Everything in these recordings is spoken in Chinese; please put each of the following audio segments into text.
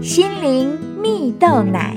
心灵蜜豆奶。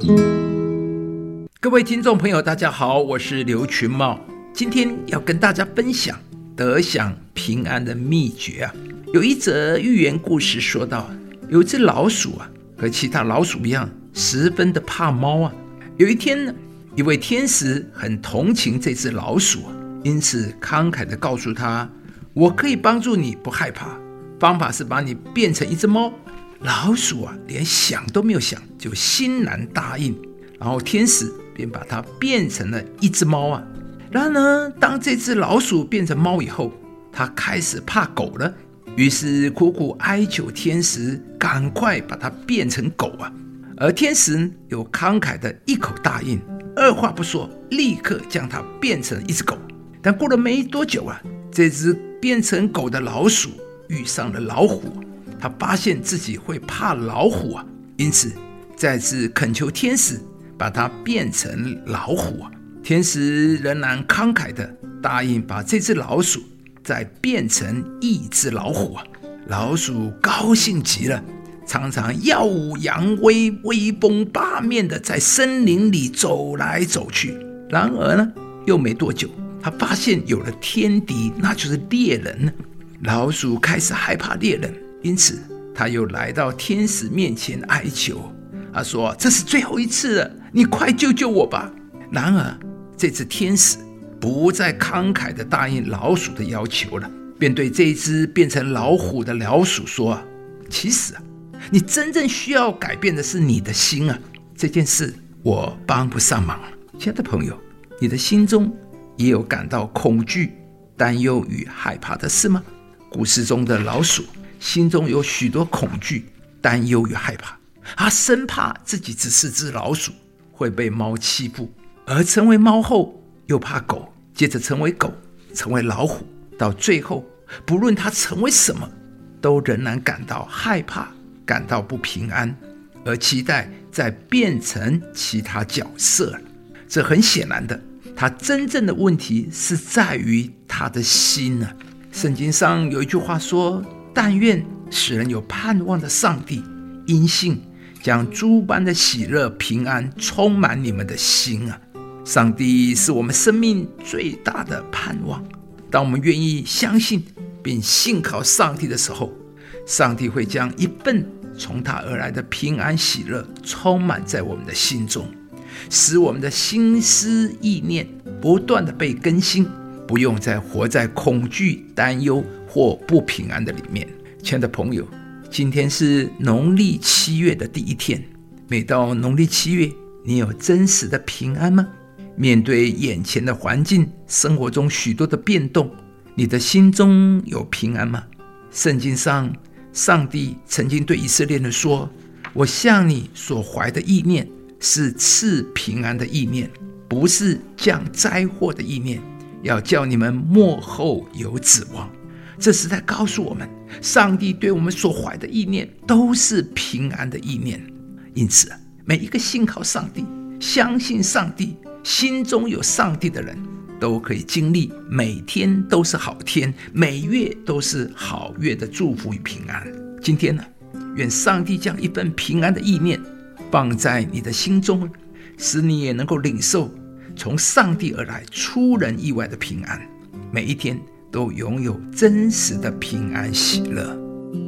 各位听众朋友大家好，我是刘群茂，今天要跟大家分享得享平安的秘诀啊。有一则寓言故事说到，有一只老鼠啊，和其他老鼠一样十分的怕猫啊。有一天呢，一位天使很同情这只老鼠啊，因此慷慨地告诉他，我可以帮助你不害怕，方法是把你变成一只猫。老鼠啊，连想都没有想就欣然答应，然后天使便把它变成了一只猫啊。然而呢，当这只老鼠变成猫以后，它开始怕狗了，于是苦苦哀求天使赶快把它变成狗啊。而天使又慷慨的一口答应，二话不说，立刻将它变成一只狗。但过了没多久啊，这只变成狗的老鼠遇上了老虎，他发现自己会怕老虎啊，因此再次恳求天使把它变成老虎啊。天使仍然慷慨的答应把这只老鼠再变成一只老虎啊。老鼠高兴极了，常常耀武扬威、威风八面的在森林里走来走去。然而呢，又没多久，他发现有了天敌，那就是猎人。老鼠开始害怕猎人，因此他又来到天使面前哀求，他说，这是最后一次了，你快救救我吧。然而这次天使不再慷慨地答应老鼠的要求了，便对这只变成老虎的老鼠说，其实啊，你真正需要改变的是你的心啊，这件事我帮不上忙了。亲爱的朋友，你的心中也有感到恐惧、担忧与害怕的事吗？故事中的老鼠心中有许多恐惧、担忧与害怕，他生怕自己只是只老鼠会被猫欺负，而成为猫后又怕狗，接着成为狗，成为老虎，到最后不论他成为什么，都仍然感到害怕，感到不平安，而期待再变成其他角色了。这很显然的，他真正的问题是在于他的心啊。圣经上有一句话说，但愿使人有盼望的上帝因信将诸般的喜乐平安充满你们的心啊。上帝是我们生命最大的盼望，当我们愿意相信并信靠上帝的时候，上帝会将一份从他而来的平安喜乐充满在我们的心中，使我们的心思意念不断的被更新，不用再活在恐惧、担忧或不平安的里面。亲爱的朋友，今天是农历7月的第一天，每到农历7月，你有真实的平安吗？面对眼前的环境，生活中许多的变动，你的心中有平安吗？圣经上，上帝曾经对以色列人说，我向你所怀的意念是赐平安的意念，不是降灾祸的意念，要叫你们末后有指望。这是在告诉我们，上帝对我们所怀的意念都是平安的意念。因此每一个信靠上帝、相信上帝、心中有上帝的人，都可以经历每天都是好天，每月都是好月的祝福与平安。今天呢，愿上帝将一份平安的意念放在你的心中，使你也能够领受从上帝而来出人意外的平安，每一天都拥有真实的平安喜乐。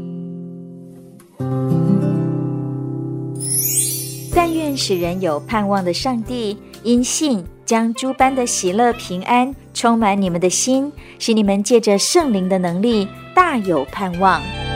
但愿使人有盼望的上帝因信将诸般的喜乐平安充满你们的心，使你们借着圣灵的能力大有盼望。